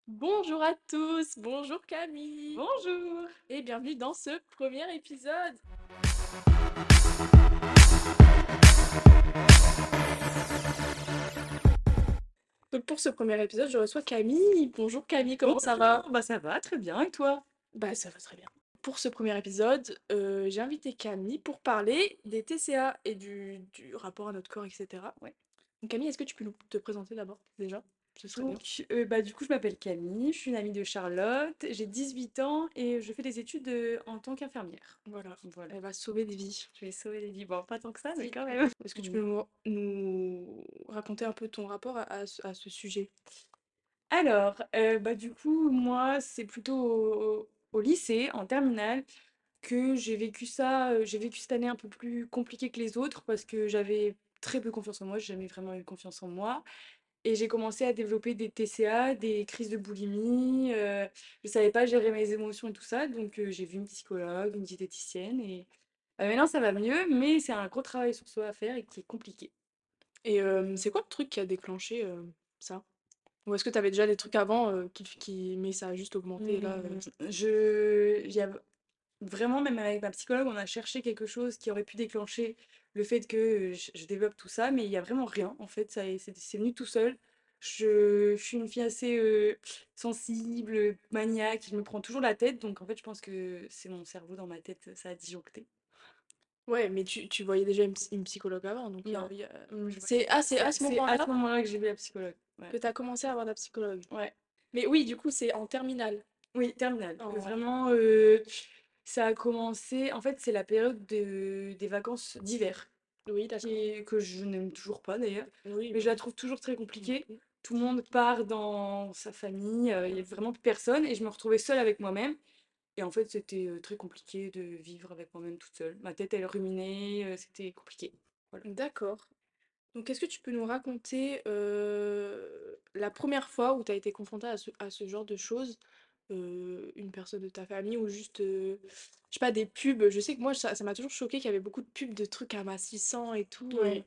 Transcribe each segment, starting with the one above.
Bonjour à tous, bonjour Camille Bonjour! et bienvenue dans ce premier épisode. Donc pour ce premier épisode, je reçois Camille. Bonjour Camille, comment ça va? Bonjour! Bah ça va, très bien, et toi? Bah ça va très bien. Pour ce premier épisode, j'ai invité Camille pour parler des TCA et du rapport à notre corps, etc. Ouais. Donc Camille, est-ce que tu peux te présenter d'abord déjà? Ce serait bien. Du coup, je m'appelle Camille, je suis une amie de Charlotte, j'ai 18 ans et je fais des études en tant qu'infirmière. Voilà, Voilà. elle va sauver des vies. Je vais sauver les vies. Bon, pas tant que ça, mais Si. quand même. Est-ce que tu peux Oui. nous raconter un peu ton rapport à ce sujet? Du coup, moi, c'est plutôt au lycée, en terminale, que j'ai vécu cette année un peu plus compliquée que les autres parce que j'avais très peu confiance en moi, j'ai jamais vraiment eu confiance en moi. Et j'ai commencé à développer des TCA, des crises de boulimie. Je savais pas gérer mes émotions et tout ça, donc j'ai vu une psychologue, une diététicienne et maintenant ça va mieux, mais c'est un gros travail sur soi à faire et qui est compliqué. Et c'est quoi le truc qui a déclenché ça? Ou est-ce que tu avais déjà des trucs avant mais ça a juste augmenté là Il y a vraiment, même avec ma psychologue, on a cherché quelque chose qui aurait pu déclencher le fait que je développe tout ça, mais il y a vraiment rien en fait, c'est venu tout seul. Je suis une fille assez sensible, maniaque, je me prends toujours la tête, donc en fait je pense que c'est mon cerveau dans ma tête, ça a disjoncté. Ouais, mais tu voyais déjà une psychologue avant, donc Non, c'est à ce c'est à ce moment-là moment-là que j'ai vu la psychologue. Ouais. que tu as commencé à avoir de la psychologue. Ouais. Mais oui, du coup, c'est en terminale. Oui, terminale. En... Vraiment, ça a commencé. En fait, c'est la période des vacances d'hiver, Oui, d'accord. que je n'aime toujours pas d'ailleurs, Oui, mais bah, je la trouve toujours très moi non compliquée. plus. Tout le monde part dans sa famille, il y a vraiment plus personne, et je me retrouvais seule avec moi-même. Et en fait, c'était très compliqué de vivre avec moi-même toute seule. Ma tête, elle ruminait, c'était compliqué. Voilà. D'accord. Donc, est-ce que tu peux nous raconter la première fois où tu as été confrontée à ce genre de choses? Une personne de ta famille ou juste, je sais pas, des pubs. Je sais que moi, ça m'a toujours choqué qu'il y avait beaucoup de pubs de trucs amincissants et tout. Oui.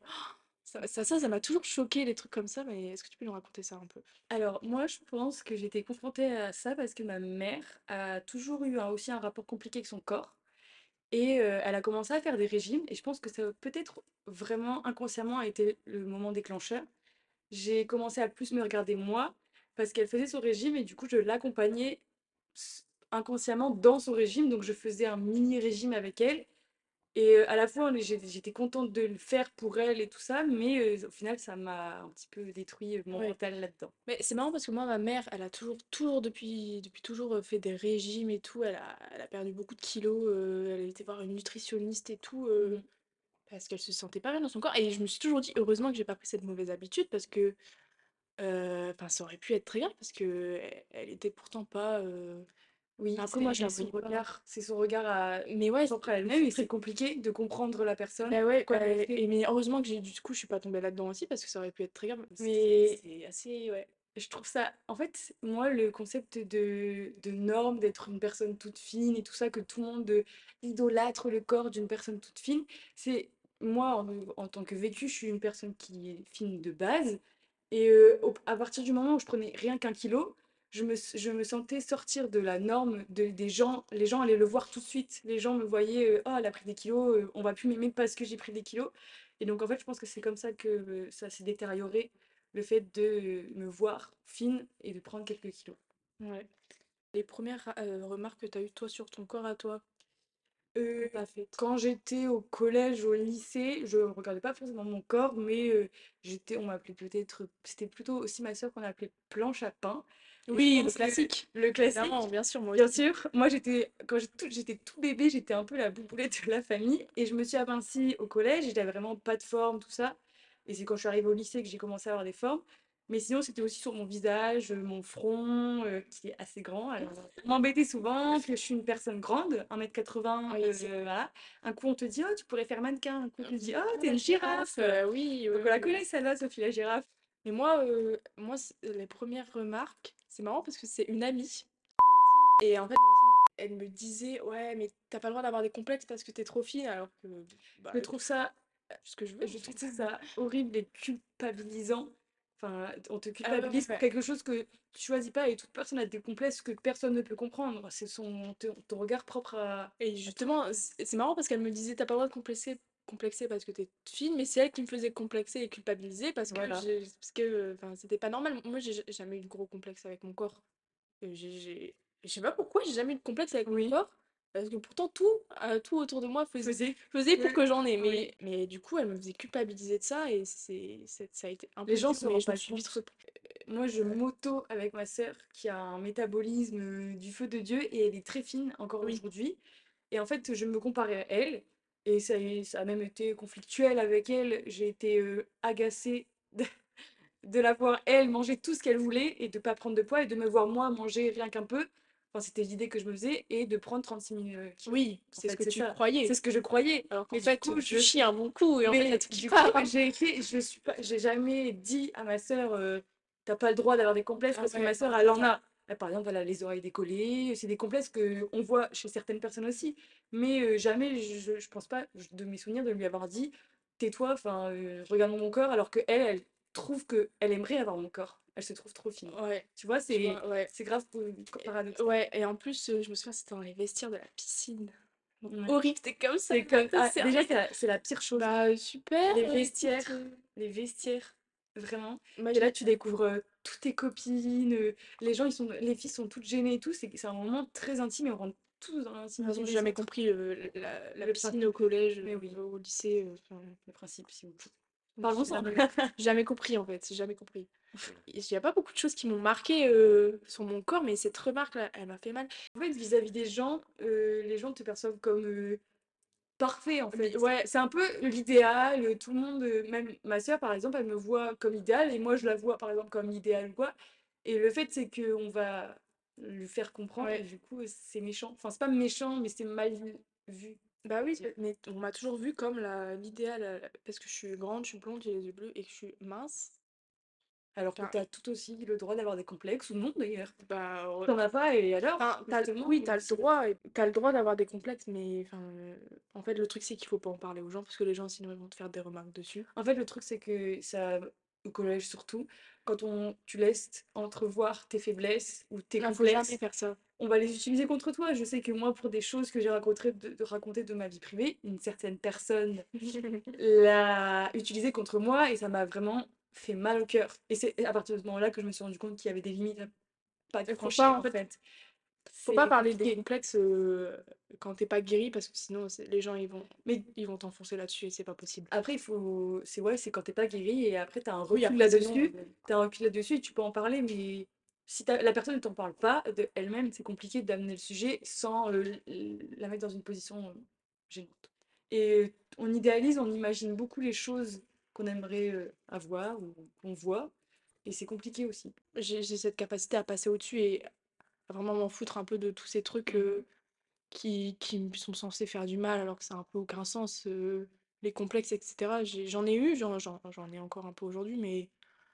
Ça m'a toujours choqué, les trucs comme ça, mais est-ce que tu peux nous raconter ça un peu? Alors, moi, je pense que j'étais confrontée à ça parce que ma mère a toujours eu aussi un rapport compliqué avec son corps. Et elle a commencé à faire des régimes et je pense que ça a peut-être vraiment inconsciemment été le moment déclencheur. J'ai commencé à plus me regarder moi parce qu'elle faisait son régime et du coup je l'accompagnais inconsciemment dans son régime, donc je faisais un mini régime avec elle et à la fois j'étais contente de le faire pour elle et tout ça, mais au final ça m'a un petit peu détruit mon Ouais. mental là-dedans. Mais c'est marrant parce que moi, ma mère, elle a toujours depuis toujours fait des régimes et tout. Elle a perdu beaucoup de kilos. Elle a été voir une nutritionniste et tout Mhm. parce qu'elle se sentait pas bien dans son corps. Et je me suis toujours dit, heureusement que j'ai pas pris cette mauvaise habitude parce que, enfin, ça aurait pu être très grave parce que elle était pourtant pas. Oui, Enfin, après, moi, je c'est la son voyais pas. regard, c'est son regard Mais ouais, propre à c'est elle-même et c'est très. compliqué de comprendre la personne, Bah ouais, quoi qu'elle fait. mais heureusement que du coup, je suis pas tombée là-dedans aussi parce que ça aurait pu être très grave. Mais C'est assez. Ouais. je trouve ça, en fait, moi, le concept de norme, d'être une personne toute fine et tout ça, que tout le monde idolâtre le corps d'une personne toute fine, c'est moi, en tant que vécu, je suis une personne qui est fine de base. Et à partir du moment où je prenais rien qu'un kilo, je me sentais sortir de la norme des gens. Les gens allaient le voir tout de suite. Les gens me voyaient, oh, elle a pris des kilos, on va plus m'aimer parce que j'ai pris des kilos. Et donc, en fait, je pense que c'est comme ça que ça s'est détérioré, le fait de me voir fine et de prendre quelques kilos. Ouais. Les premières remarques que tu as eues toi sur ton corps à toi, Euh, on t'a faites. Quand j'étais au collège, au lycée, je regardais pas forcément mon corps, mais on m'appelait peut-être, c'était plutôt aussi ma soeur qu'on appelait planche à pain. Et je Oui, le pense que classique. le Évidemment, classique, bien sûr, moi bien aussi. sûr, moi quand j'étais tout bébé, j'étais un peu la bouboulette de la famille. Et je me suis amincie au collège, j'avais vraiment pas de forme, tout ça. Et c'est quand je suis arrivée au lycée que j'ai commencé à avoir des formes. Mais sinon, c'était aussi sur mon visage, mon front, qui est assez grand. Alors, on m'embêtait souvent que je suis une personne grande, 1,80 m, Oui. voilà. Un coup, on te dit, oh, tu pourrais faire mannequin. Un coup, on te dit, oh, Ah, t'es la une girafe, girafe. oui, oui, Donc, on la oui. connaît, celle-là, Sophie la girafe. Mais moi les premières remarques, c'est marrant parce que c'est une amie. Et en fait, elle me disait, ouais, mais t'as pas le droit d'avoir des complexes parce que t'es trop fine, alors que, bah, Je trouve ça, ce que je veux en je trouve fait. ça horrible et culpabilisant. Enfin, on te Ah ouais, ouais, culpabilise pour ouais. quelque chose que tu choisis pas et toute personne a des complexes que personne ne peut comprendre. C'est ton regard propre Et à toi. justement, c'est marrant parce qu'elle me disait: «Tu pas le droit de complexer parce que t'es fine», mais c'est elle qui me faisait complexer et culpabiliser Voilà. parce que, enfin, c'était pas normal. Moi, j'ai jamais eu de gros complexe avec mon corps. J'ai je sais pas pourquoi j'ai jamais eu de complexe avec mon Oui, corps, parce que pourtant tout autour de moi faisait faisait pour que que j'en ai, oui. mais du coup, elle me faisait culpabiliser de ça et ça a été un Les peu gens dur, se mais rendent je me pas suis vite compte. repris. Moi, je m'auto avec ma sœur qui a un métabolisme du feu de Dieu et elle est très fine encore Oui, aujourd'hui. Et en fait, je me comparais à elle et ça a même été conflictuel avec elle. J'ai été agacée de la voir elle manger tout ce qu'elle voulait et de pas prendre de poids et de me voir moi manger rien qu'un peu. Enfin, c'était l'idée que je me faisais et de prendre 36 000 kilos. oui, En c'est ce fait, que c'est tu ça. C'est croyais, ce que je croyais. alors qu'en Mais du fait, coup, tu chies un bon coup et en fait, il y a tout qui du coup, part, hein. j'ai jamais dit à ma sœur, t'as pas le droit d'avoir des complexes Ah parce que ouais, ma non, sœur, elle en a. Elle, par exemple, elle a les oreilles décollées. C'est des complexes que on voit chez certaines personnes aussi. Mais jamais, je pense pas de mes souvenirs de lui avoir dit, tais-toi, enfin, regarde mon corps, alors que elle trouve que elle aimerait avoir mon corps. Elle se trouve trop fine. ouais, Tu vois, tu vois? Ouais. c'est grave Et paradoxal. ouais et en plus, je me souviens, c'était dans les vestiaires de la piscine. Donc Ouais. horrible, c'était comme ça, C'est on comme, te ah, déjà, servait. c'est la pire chose. Bah, super, Les écoute, vestiaires, les vestiaires, vraiment. moi Et je là, l'ai tu découvres toutes tes copines, les filles sont toutes gênées et tout. C'est un moment très intime et on rentre tous dans de toute l'intimité façon, j'ai des jamais autres. compris, la Le piscine au principe, collège, mais oui, au lycée, enfin, le principe, s'il vous plaît. j'ai Parlons-en. jamais compris, en fait, j'ai jamais compris. Il y a pas beaucoup de choses qui m'ont marquée, sur mon corps, mais cette remarque-là, elle m'a fait mal. En fait, vis-à-vis des gens, les gens te perçoivent comme parfait, en Li fait. ouais, C'est un peu l'idéal, tout le monde, même ma sœur, par exemple, elle me voit comme idéal et moi, je la vois, par exemple, comme idéal ou quoi. Et le fait, c'est qu'on va lui faire comprendre et ouais. du coup, c'est méchant. Enfin, c'est pas méchant, mais c'est mal vu, Bah on va oui, dire. mais on m'a toujours vue comme l'idéal, parce que je suis grande, je suis blonde, j'ai les yeux bleus et que je suis mince. Alors que Enfin, tu as tout aussi le droit d'avoir des complexes ou non, d'ailleurs. bah, T'en as pas et alors, enfin, justement, oui, t'as le droit d'avoir des complexes, mais enfin, en fait, le truc, c'est qu'il faut pas en parler aux gens parce que les gens, sinon, ils vont te faire des remarques dessus. en fait, le truc, c'est que ça, au collège surtout, quand tu laisses entrevoir tes faiblesses ou tes Non, faut jamais complexes, faire ça. on va les utiliser contre toi. Je sais que moi, pour des choses que j'ai racontées de raconter de ma vie privée, une certaine personne l'a utilisé contre moi et ça m'a vraiment fait mal au cœur. Et c'est à partir de ce moment-là que je me suis rendu compte qu'il y avait des limites à pas Il faut pas, franchir, en en fait, fait. faut pas C'est parler des compliqué. complexes quand t'es pas guéri parce que sinon, les gens, Mais ils vont t'enfoncer là-dessus et c'est pas possible. après, il faut. C'est ouais, c'est quand t'es pas guéri et après, t'as un Oui, recul après, c'est non. là-dessus. T'as un recul là-dessus et tu peux en parler, mais si la personne ne t'en parle pas de elle-même, c'est compliqué d'amener le sujet sans la mettre dans une position gênante. Et on idéalise, on imagine beaucoup les choses qu'on aimerait avoir ou qu'on voit, et c'est compliqué aussi. J'ai cette capacité à passer au-dessus et à vraiment m'en foutre un peu de tous ces trucs Mhm. qui me sont censés faire du mal alors que ça a un peu aucun sens. Les complexes, etc. J'en ai eu, j'en ai encore un peu aujourd'hui, mais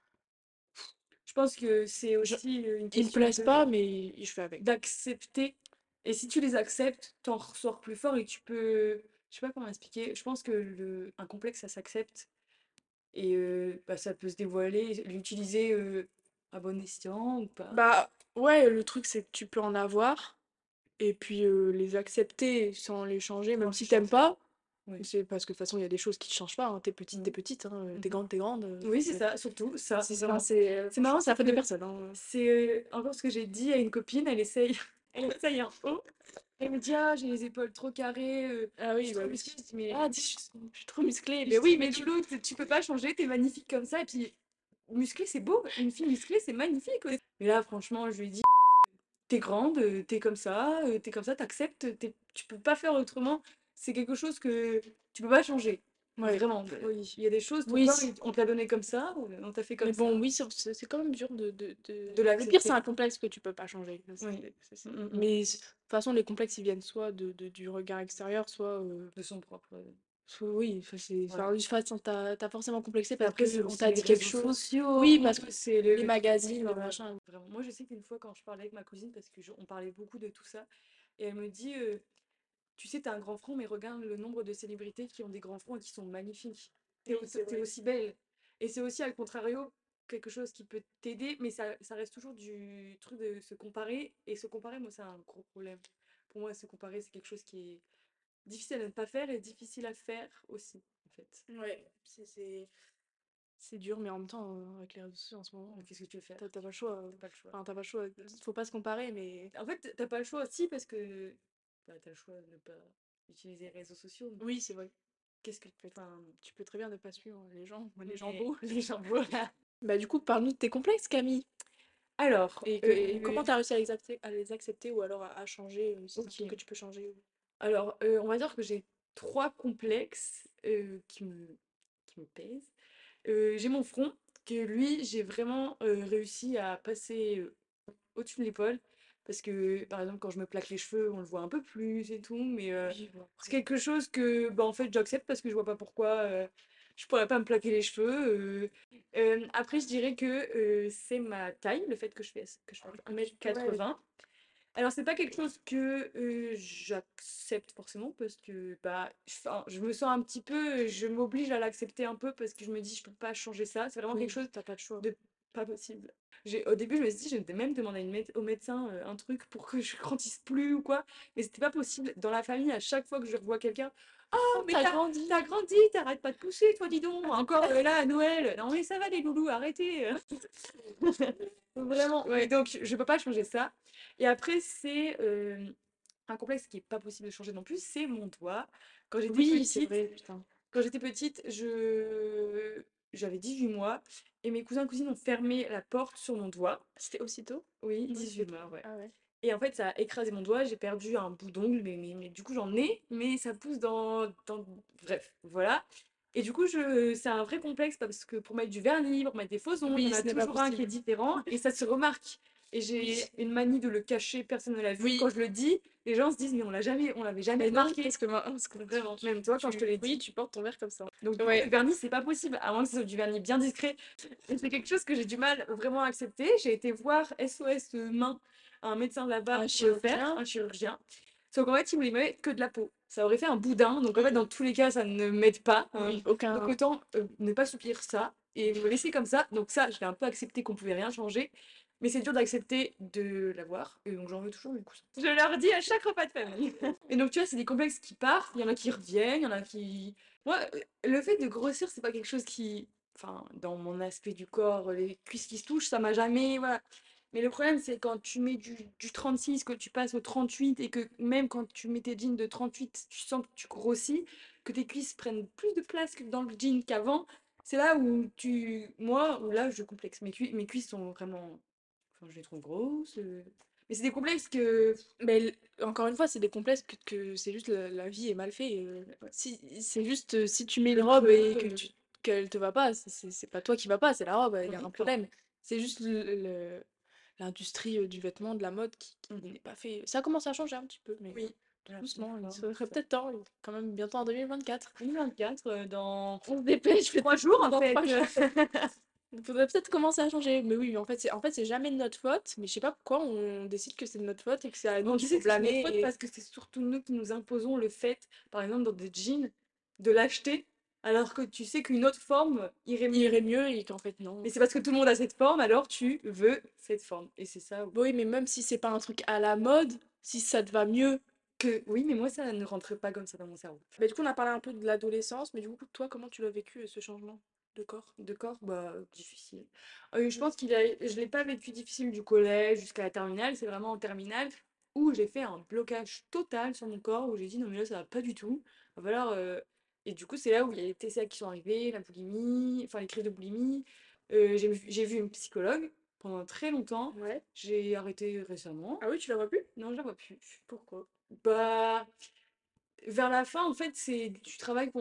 Je pense que c'est je- aussi une ils me question plaisent pas, mais je fais avec. d'accepter. Et si tu les acceptes, t'en ressors plus fort et tu peux. Je sais pas comment expliquer. Je pense que un complexe, ça s'accepte et bah, ça peut se dévoiler, l'utiliser à bon escient ou pas. Bah ouais, le truc c'est que tu peux en avoir et puis les accepter sans les changer, Sans même les si t'aimes changer. pas. Oui. C'est parce que de toute façon, il y a des choses qui ne changent pas, hein. T'es Mhm. petite, hein, t'es Mhm. grande, t'es grande. Oui, c'est ça, surtout ça, vraiment. C'est Franchement, marrant, c'est la c'est faute de que personne, hein. c'est encore ce que j'ai dit à une copine, elle essaye, elle essaye un haut. Elle me dit, ah, j'ai les épaules trop carrées, Ah je suis oui, bah trop oui. musclée. Je dis, mais Ah, je suis trop musclée. je Mais oui, dis, mais mais Loulou, tu peux pas changer, t'es magnifique comme ça. Et puis, musclée, c'est beau. Une fille musclée, c'est magnifique aussi. Mais là, franchement, je lui ai dit, t'es grande, t'es comme ça, t'acceptes, tu peux pas faire autrement. C'est quelque chose que tu peux pas changer. ouais, Vraiment. oui. Il y a des choses, ton Oui, corps, on te l'a donné comme ça, on t'a fait mais comme ça. bon, oui, c'est quand même dur De Le pire, c'est l'accepter. un complexe que tu peux pas changer. Oui. Mm, mm, mm. Mais de toute façon, les complexes, ils viennent soit du regard extérieur, De son propre. soit oui. Enfin, Voilà. enfin, de toute façon, t'as forcément complexé Et parce après, c'est qu'on aussi t'a les dit quelque réseaux chose. sociaux, Oui, parce que c'est les le truc magazines, les dur, machins. vraiment. Moi, je sais qu'une fois, quand je parlais avec ma cousine, parce que on parlait beaucoup de tout ça, et elle me dit, tu sais, t'as un grand front, mais regarde le nombre de célébrités qui ont des grands fronts et qui sont magnifiques. Oui, c'est T'es vrai. aussi belle. Et c'est aussi, à le contrario, quelque chose qui peut t'aider, mais ça reste toujours du truc de se comparer et se comparer, moi, c'est un gros problème. Pour moi, se comparer, c'est quelque chose qui est difficile à ne pas faire et difficile à faire aussi, en fait. Ouais, c'est dur, mais en même temps, avec les réseaux sociaux en ce moment, Donc qu'est-ce que tu veux faire? tu pas le choix, Tu pas le choix. enfin, tu pas le choix. Faut pas se comparer, mais En fait, tu pas le choix aussi parce que, bah, tu le choix de ne pas utiliser les réseaux sociaux, mais oui, c'est vrai. qu'est-ce que Tu peux être enfin, tu peux très bien ne pas suivre les gens mais beaux. les gens voilà. Bah, du coup, parle-nous de tes complexes, Camille, Alors, et comment tu as réussi à les accepter ou alors à changer, si c'est un truc que OK. tu peux changer ou Alors, on va dire que j'ai 3 complexes, qui me pèsent. J'ai mon front, que lui, j'ai vraiment, réussi à passer, au-dessus de l'épaule. Parce que, par exemple, quand je me plaque les cheveux, on le voit un peu plus et tout, mais oui, bon c'est après quelque chose que, bah, en fait, j'accepte parce que je vois pas pourquoi, je pourrais pas me plaquer les cheveux, après je dirais que, c'est ma taille, le fait que je fasse 1 m ouais, 80. Alors c'est pas quelque chose que, j'accepte forcément parce que, bah, enfin, je me sens un petit peu, je m'oblige à l'accepter un peu parce que je me dis: «Je peux pas changer ça». C'est vraiment quelque oui, chose tu pas le choix. de pas possible. Au début, je me suis dit: «Je vais même demander à une au médecin, un truc pour que je grandisse plus ou quoi», mais c'était pas possible. Dans la famille, à chaque fois que je revois quelqu'un: «Oh mais Tu tu grandi! grandi, tu pas de pousser toi, dis donc, encore, là à Noël. Non mais ça va les loulous, arrêtez, Vraiment, mais Ouais, donc je peux pas changer ça et après c'est, un complexe qui est pas possible de changer non plus, c'est mon doigt. Quand j'étais oui, c'est petite vrai, putain. quand j'étais petite, j'avais 18 mois et mes cousins, cousines ont fermé la porte sur mon doigt. C'était aussitôt? Oui, Ouais, 18 c'était mois, ouais. ah ouais. Et en fait, ça a écrasé mon doigt, j'ai perdu un bout d'ongle, mais du coup, j'en ai, mais ça pousse dans bref, voilà. Et du coup, c'est un vrai complexe parce que pour mettre du vernis, pour mettre des faux ongles, il y Oui, en a ce n'est pas toujours un qui est possible. différent et ça se remarque. Et Oui, j'ai une manie de le cacher, personne ne l'a vu. Quand oui, je le dis, les gens se disent: «Mais on l'avait jamais mais non, remarqué». parce que Vraiment, même toi, quand je te l'ai oui, dit. tu portes ton verre comme ça. Donc du coup, le Ouais, vernis, c'est pas possible, à moins que ce soit du vernis bien discret. Et c'est quelque chose que j'ai du mal vraiment à accepter. J'ai été voir SOS main, un médecin là-bas un pour le faire, chirurgien, un chirurgien. Sauf qu'en fait, il voulait me mettre que de la peau. Ça aurait fait un boudin, donc en fait, dans tous les cas, ça ne m'aide pas, hein. oui, Donc aucun autant ne pas subir ça et me laisser comme ça. Donc ça, je l'ai un peu accepté qu'on pouvait rien changer. Mais c'est dur d'accepter de l'avoir. Et donc j'en veux toujours mes coussins. Je leur dis à chaque repas de famille. Et donc tu vois, c'est des complexes qui partent, il y en a qui reviennent, il y en a qui moi, le fait de grossir, c'est pas quelque chose qui enfin, dans mon aspect du corps, les cuisses qui se touchent, ça m'a jamais voilà. Mais le problème, c'est quand tu mets du 36, que tu passes au 38 et que même quand tu mets tes jeans de 38, tu sens que tu grossis, que tes cuisses prennent plus de place que dans le jean qu'avant. C'est là où où là, je complexe. Mes cuisses sont vraiment enfin, je les trouve grosses, mais c'est des complexes que mais encore une fois, c'est des complexes que c'est juste la vie est mal faite. ouais, Si, c'est juste si tu mets une le robe creux, et qu'elle te va pas, c'est pas toi qui va pas, c'est la robe, il y a oui, un enfin, problème. C'est juste l'industrie du vêtement, de la mode qui mmh n'est pas fait. Ça commence à changer un petit peu, mais oui, tout voilà, doucement, il d'accord, serait ça. peut-être temps, quand même bientôt en 2024. 2024, dans On se dépêche, 3 jours, en dans fait. 3 jours. Il faudrait peut-être commencer à changer. Mais oui, mais en fait, c'est jamais de notre faute. Mais je sais pas pourquoi on décide que c'est de notre faute et que c'est à nous On qu'il faut disait que c'est notre blâmer. faute parce que c'est surtout nous qui nous imposons le fait, par exemple, dans des jeans, de l'acheter, alors que tu sais qu'une autre forme irait Il mieux. irait mieux et qu'en fait, non. Mais c'est parce que tout le monde a cette forme, alors tu veux cette forme. Et c'est ça Bah oui, mais même si c'est pas un truc à la mode, si ça te va mieux. que oui, mais moi, ça ne rentre pas comme ça dans mon cerveau. Bah, du coup, on a parlé un peu de l'adolescence, mais du coup, toi, comment tu l'as vécu, ce changement de corps? De corps, bah, difficile. Je pense je l'ai pas vécu difficile du collège jusqu'à la terminale, c'est vraiment en terminale où j'ai fait un blocage total sur mon corps, où j'ai dit: «Non mais là ça va pas du tout, va falloir, et du coup, c'est là où il y a les TCA qui sont arrivés, la boulimie, enfin les crises de boulimie. J'ai vu une psychologue pendant très longtemps, Ouais. j'ai arrêté récemment. Ah oui, tu la vois plus? Non, je la vois plus. Pourquoi? Bah vers la fin, en fait, c'est du travail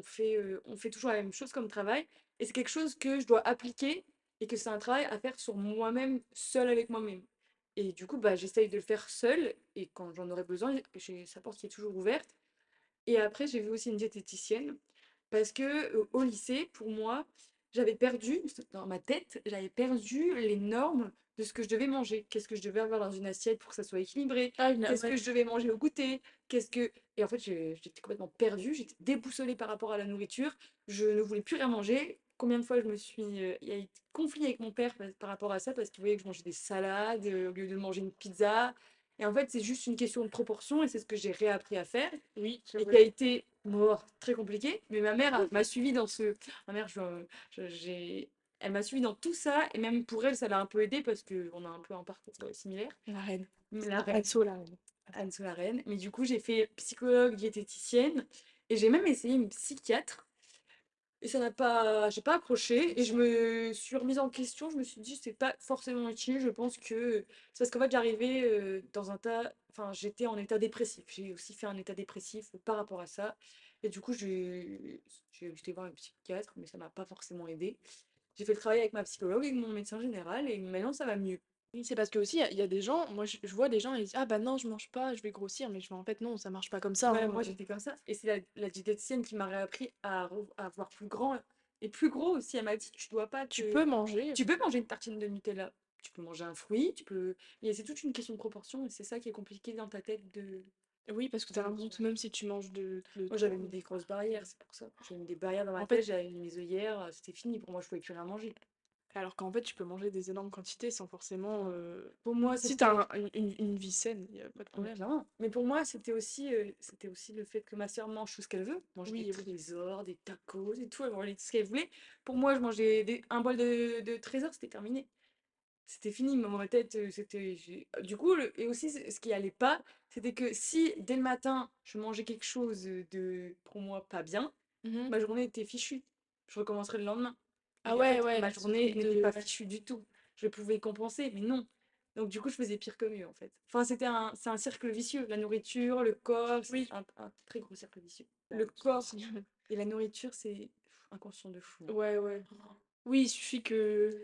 on fait toujours la même chose comme travail et c'est quelque chose que je dois appliquer et que c'est un travail à faire sur moi-même, seule avec moi-même. Et du coup, bah, j'essaye de le faire seule et quand j'en aurai besoin, j'ai sa porte qui est toujours ouverte. Et après, j'ai vu aussi une diététicienne parce que, au lycée, pour moi, j'avais perdu dans ma tête, j'avais perdu les normes de ce que je devais manger. Qu'est-ce que je devais avoir dans une assiette pour que ça soit équilibré? Ah, Qu'est-ce que ouais. je devais manger au goûter? Qu'est-ce que et en fait, j'étais complètement perdue, j'étais déboussolée par rapport à la nourriture. Je ne voulais plus rien manger. combien de fois je me suis, il y a eu conflit avec mon père par rapport à ça, parce qu'il voyait que je mangeais des salades, au lieu de manger une pizza et en fait, c'est juste une question de proportion et c'est ce que j'ai réappris à faire Oui, c'est et vrai. qui a été, très compliqué, mais ma mère m'a suivie dans ce ma mère, j'ai elle m'a suivie dans tout ça et même pour elle, ça l'a un peu aidée parce qu'on a un peu un parcours, similaire. La reine. Mais la reine, Anso, la reine. Anne sous la reine. Mais du coup, j'ai fait psychologue, diététicienne et j'ai même essayé une psychiatre et ça n'a pas j'ai pas accroché et je me suis remise en question. Je me suis dit: «C'est pas forcément utile». Je pense que c'est parce qu'en fait, j'arrivais, dans un tas enfin, j'étais en état dépressif. J'ai aussi fait un état dépressif par rapport à ça et du coup, j'ai j'étais voir une psychiatre, mais ça m'a pas forcément aidée. J'ai fait le travail avec ma psychologue et avec mon médecin général et maintenant ça va mieux. Oui, c'est parce que aussi, il y a des gens, moi je vois des gens, ils disent, ah bah non, je mange pas, je vais grossir, mais je fais en fait non, ça marche pas comme ça, Ouais, hein. moi j'étais comme ça et c'est la diététicienne qui m'a réappris à voir plus grand et plus gros aussi. Elle m'a dit: «Tu dois pas Tu te peux manger. tu peux manger une tartine de Nutella, tu peux manger un fruit, tu peux» et c'est toute une question de proportion et c'est ça qui est compliqué dans ta tête Oui, parce que t'as de l'impression que même si tu manges de moi trop. j'avais mis des grosses barrières, c'est pour ça. J'avais mis des barrières dans ma En tête, fait, j'avais mis mes œillères, c'était fini pour moi, je pouvais plus rien manger. alors qu'en fait, tu peux manger des énormes quantités sans forcément. Pour moi, Si c'était t'as une vie saine, y a pas de mais problème. clairement, mais pour moi, c'était aussi le fait que ma sœur mange tout ce qu'elle veut, mange des Oui, oui. trésors, des tacos et tout, elle mangeait tout ce qu'elle voulait. Pour moi, je mangeais un bol de trésors, c'était terminé. C'était fini, dans ma tête, c'était du coup et aussi ce qui allait pas, c'était que si dès le matin, je mangeais quelque chose, de pour moi pas bien, Mhm. ma journée était fichue. Je recommencerai le lendemain. Ah Mais en ouais, fait, ouais, ma ce journée truc n'était de. pas Ouais. fichue du tout. Je pouvais compenser, mais non. Donc du coup, je faisais pire que mieux, en fait. Enfin, c'est un cercle vicieux. La nourriture, le corps, c'est Oui. un très gros cercle vicieux. Le Bon, corps et la nourriture, c'est inconscient de fou, hein. ouais, ouais. Oui, il suffit que.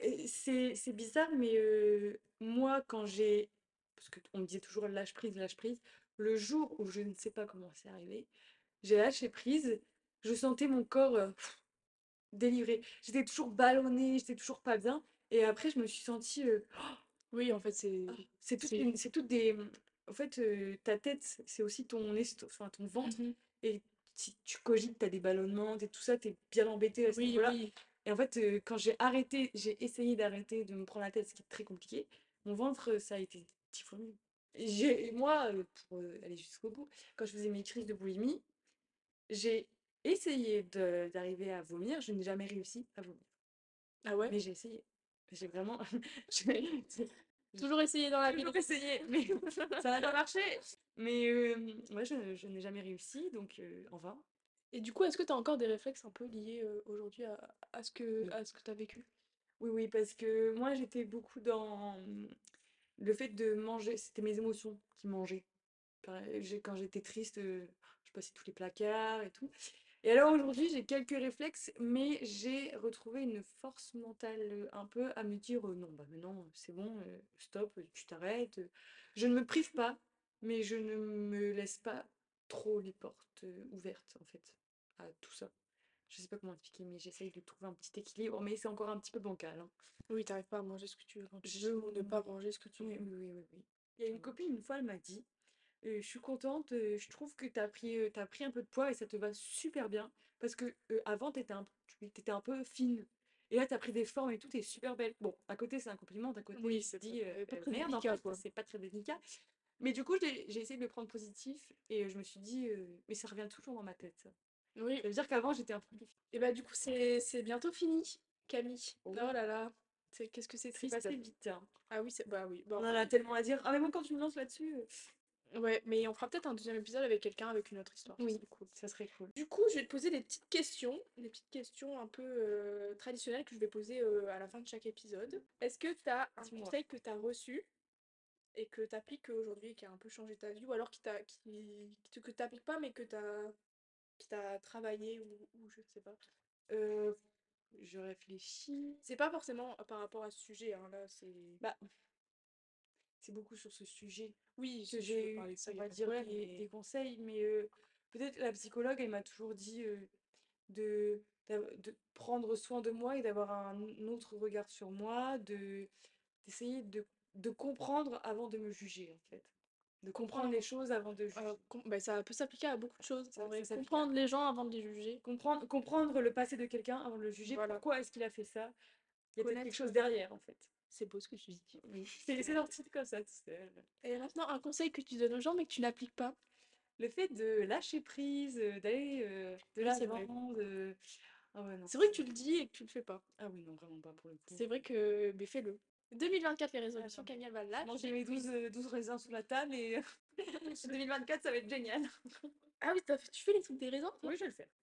C'est bizarre, mais moi, quand j'ai parce qu'on me disait toujours: lâche prise». Le jour où je ne sais pas comment c'est arrivé, j'ai lâché prise, je sentais mon corps, délivré. J'étais toujours ballonnée, j'étais toujours pas bien et après je me suis sentie, Oui, en fait, c'est. C'est. c'est toutes des, en fait, ta tête, c'est aussi enfin ton ventre Mhm. et si tu cogites, tu as des ballonnements, tu tout ça, tu es bien embêté à ce Oui, niveau-là oui. et en fait, quand j'ai essayé d'arrêter de me prendre la tête, ce qui est très compliqué, mon ventre, ça a été 10 fois mieux. Moi, pour, aller jusqu'au bout, quand je faisais mes crises de boulimie, j'ai essayé d'arriver à vomir, je n'ai jamais réussi à vomir. Ah ouais? Mais j'ai essayé. J'ai vraiment j'ai j'ai Toujours essayer dans la vie. toujours essayé, mais ça n'a pas marché. Mais ouais, je n'ai jamais réussi, donc en vain. Et du coup, est-ce que tu as encore des réflexes un peu liés aujourd'hui Oui. à ce que tu as vécu? Oui, oui, parce que moi, j'étais beaucoup dans le fait de manger, c'était mes émotions qui mangeaient. Quand j'étais triste, je passais tous les placards et tout. Et alors aujourd'hui, j'ai quelques réflexes, mais j'ai retrouvé une force mentale un peu à me dire non, bah maintenant c'est bon, stop, tu t'arrêtes. Je ne me prive pas, mais je ne me laisse pas trop les portes ouvertes en fait à tout ça. Je sais pas comment expliquer, mais j'essaye de trouver un petit équilibre, mais c'est encore un petit peu bancal, hein. Oui, t'arrives pas à manger ce que tu veux quand tu Je... veux ou ne pas manger ce que tu Oui, veux. oui, oui, oui, oui. Il y a une copine, une fois, elle m'a dit je suis contente, je trouve que tu pris un peu de poids et ça te va super bien parce que, avant tu étais un peu fine et là tu as pris des formes et tout, tu es super belle. Bon, à côté c'est un compliment, d'un côté Oui, tu te c'est dis, pas très «Merde en délicat, fait, quoi. c'est pas très délicat». Mais du coup j'ai essayé de le prendre positif et je me suis dit, mais ça revient toujours dans ma tête ça. Oui. Ça veut dire qu'avant j'étais un peu plus fine. Et bah du coup, c'est bientôt fini, Camille. Oh Oh, là là. Qu'est-ce que c'est c'est triste. passé vite, hein. Ah oui, bah oui. On Bon. en a tellement à dire. Ah mais moi quand tu me lances là-dessus, Ouais, mais on fera peut-être un deuxième épisode avec quelqu'un avec une autre histoire, ça oui, serait cool. ça serait cool. Du coup, je vais te poser des petites questions un peu traditionnelles que je vais poser à la fin de chaque épisode. Est-ce que tu as un Dis-moi. conseil que tu as reçu et que tu appliques aujourd'hui et qui a un peu changé ta vie, ou alors que tu n'appliques pas mais qui t'a travaillé ou je ne sais pas. Heu, je réfléchis. C'est pas forcément par rapport à ce sujet, hein, là, c'est. Bah, c'est beaucoup sur ce sujet Oui, que si tu veux j'ai eu, parler de ça, on il n'y a va pas de dire, problème, des mais. conseils, mais peut-être la psychologue, elle m'a toujours dit de prendre soin de moi et d'avoir un autre regard sur moi, d'essayer de comprendre avant de me juger, en fait. de comprendre les Comprendre, choses avant de juger. bah, ça peut s'appliquer à beaucoup de choses, en Ça vrai. s'applique à Comprendre les gens avant de les juger. comprendre le passé de quelqu'un avant de le juger. Voilà, Pourquoi est-ce qu'il a fait ça? Il y a peut-être quelque connaître, chose derrière, en fait. c'est beau ce que tu dis. Oui, C'est c'est vrai. sorti comme ça, tu sais. Et maintenant, un conseil que tu donnes aux gens mais que tu n'appliques pas. Le fait de lâcher prise, d'aller, de Oui, c'est vrai. l'avant, de ah ouais, non, C'est vrai que tu le dis et que tu le fais pas. ah oui, non, vraiment pas pour le coup. C'est vrai que, mais fais-le. 2024, les Ah résolutions, non. Camille, elle va Manger lâcher mes prise. 12 raisins sous la table et 2024, ça va être génial. Ah oui, tu fais les trucs des raisins, toi? Oui, je vais le faire.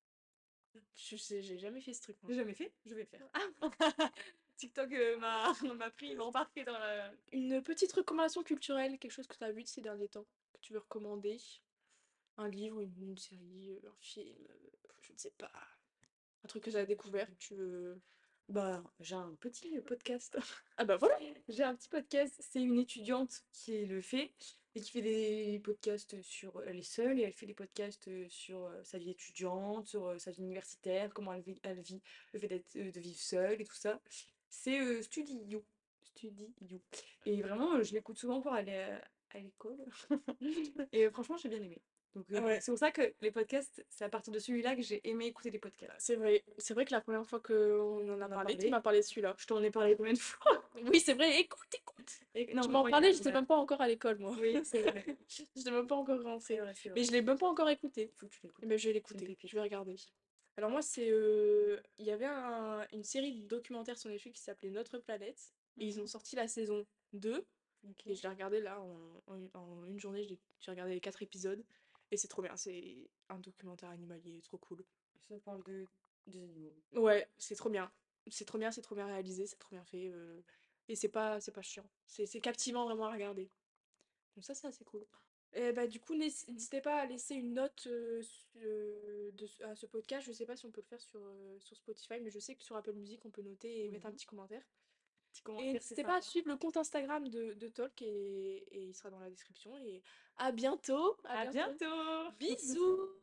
Je sais, j'ai jamais fait ce truc, moi. J'ai jamais fait, je vais le faire. Ah, TikTok m'a pris, m'a embarqué dans la. une petite recommandation culturelle, quelque chose que tu as vu de ces derniers temps, que tu veux recommander. Un livre, une série, un film, je ne sais pas. Un truc que tu as découvert, que tu veux. Bah, j'ai un petit podcast. Ah bah voilà! J'ai un petit podcast, c'est une étudiante qui le fait et qui fait des podcasts sur elle est seule et elle fait des podcasts sur sa vie étudiante, sur sa vie universitaire, comment elle vit le fait de vivre seule et tout ça. C'est Study You. Study You. Et vraiment, je l'écoute souvent pour aller à l'école. Et franchement, j'ai bien aimé. Donc, Ouais, c'est pour ça que les podcasts, c'est à partir de celui-là que j'ai aimé écouter des podcasts. c'est vrai. C'est vrai que la première fois qu'on en a On a parlé, tu parlé, m'as parlé de celui-là. je t'en ai parlé combien de fois? Oui, c'est vrai, écoute, écoute! Et, non, Tu m'en vraiment, parlais, j'étais même pas encore à l'école, moi. oui, c'est vrai. J'étais même pas encore C'est rentrée. vrai, c'est Mais vrai. je l'ai même pas encore écouté. Il faut que tu Eh l'écoutes. ben, je vais C'est une l'écouter, je vais pépite. regarder. Alors moi, il y avait une série de documentaires sur Netflix qui s'appelait Notre Planète. Et ils ont Mhm. sorti la saison 2. Et Ok. je l'ai regardé là en une journée, j'ai regardé les 4 épisodes. Et c'est trop bien, c'est un documentaire animalier, trop cool. Ça parle des animaux. Ouais, c'est trop bien. C'est trop bien réalisé, c'est trop bien fait. Et c'est pas chiant. C'est captivant vraiment à regarder. Donc ça, c'est assez cool. Et bah, du coup, n'hésitez pas à laisser une note à ce podcast. Je sais pas si on peut le faire sur Spotify, mais je sais que sur Apple Music, on peut noter et mettre un Oui. petit commentaire. Petit Et commentaire, c'est n'hésitez pas à sympa. suivre le compte Instagram de Talk et il sera dans la description. Et à bientôt, à À bientôt. bientôt! Bisous!